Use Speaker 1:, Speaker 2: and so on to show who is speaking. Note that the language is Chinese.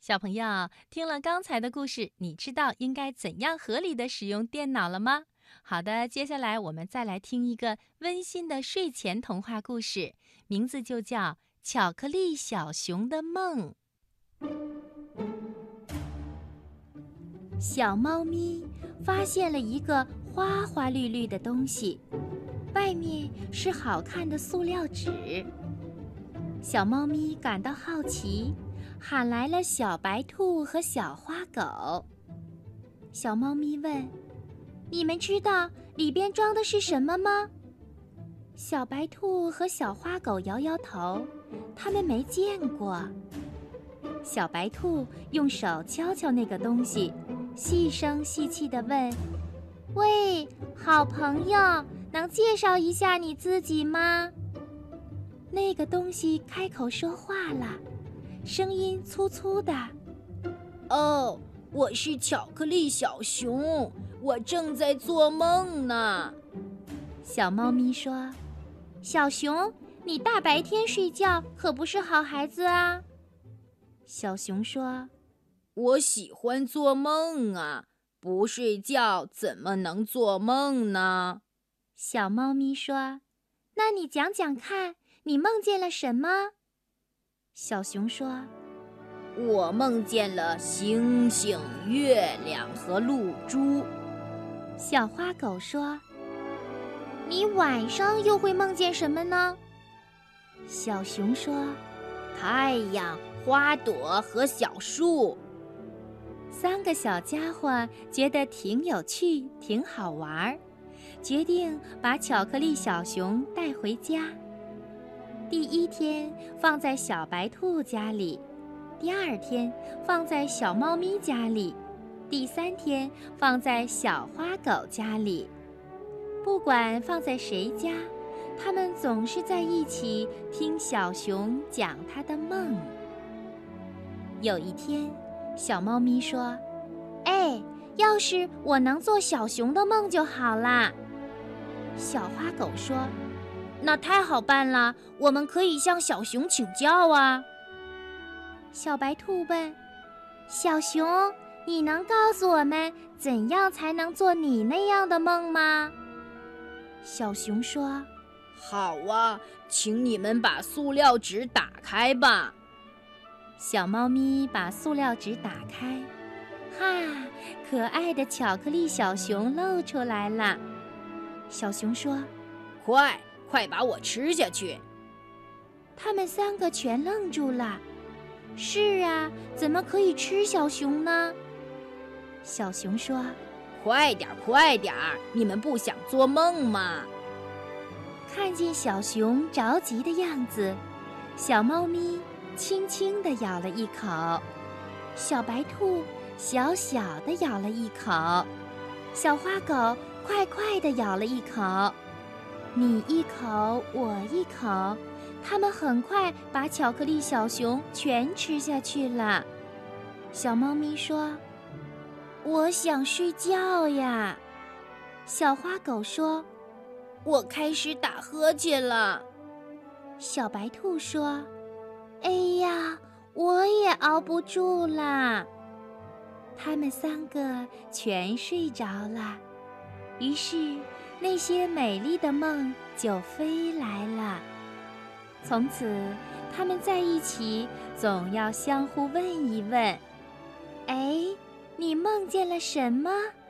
Speaker 1: 小朋友，听了刚才的故事，你知道应该怎样合理的使用电脑了吗？好的，接下来我们再来听一个温馨的睡前童话故事，名字就叫《巧克力小熊的梦》。小猫咪发现了一个花花绿绿的东西，外面是好看的塑料纸。小猫咪感到好奇，喊来了小白兔和小花狗。小猫咪问：你们知道里边装的是什么吗？小白兔和小花狗摇摇头，它们没见过。小白兔用手敲敲那个东西，细声细气地问：喂，好朋友，能介绍一下你自己吗？那个东西开口说话了，声音粗粗的。
Speaker 2: 哦，我是巧克力小熊，我正在做梦呢。
Speaker 1: 小猫咪说：小熊，你大白天睡觉可不是好孩子啊。小熊说：
Speaker 2: 我喜欢做梦啊，不睡觉怎么能做梦呢？
Speaker 1: 小猫咪说：那你讲讲看，你梦见了什么？小熊说：
Speaker 2: 我梦见了星星、月亮和露珠。
Speaker 1: 小花狗说：你晚上又会梦见什么呢？小熊说：
Speaker 2: 太阳、花朵和小树。
Speaker 1: 三个小家伙觉得挺有趣，挺好玩，决定把巧克力小熊带回家。第一天放在小白兔家里，第二天放在小猫咪家里，第三天放在小花狗家里。不管放在谁家，他们总是在一起听小熊讲他的梦。有一天，小猫咪说：哎，要是我能做小熊的梦就好啦。小花狗说：那太好办了，我们可以向小熊请教啊。小白兔问：小熊，你能告诉我们怎样才能做你那样的梦吗？小熊说：
Speaker 2: 好啊，请你们把塑料纸打开吧。
Speaker 1: 小猫咪把塑料纸打开，哈，可爱的巧克力小熊露出来了。小熊说：
Speaker 2: 快把我吃下去。
Speaker 1: 他们三个全愣住了。是啊，怎么可以吃小熊呢？小熊说：
Speaker 2: 快点，你们不想做梦吗？
Speaker 1: 看见小熊着急的样子，小猫咪轻轻地咬了一口，小白兔小小地咬了一口，小花狗快快地咬了一口。你一口我一口，它们很快把巧克力小熊全吃下去了。小猫咪说：我想睡觉呀。小花狗说：
Speaker 2: 我开始打呵欠了。
Speaker 1: 小白兔说：哎呀，我也熬不住啦。他们三个全睡着了，于是那些美丽的梦就飞来了。从此他们在一起总要相互问一问：哎，你梦见了什么？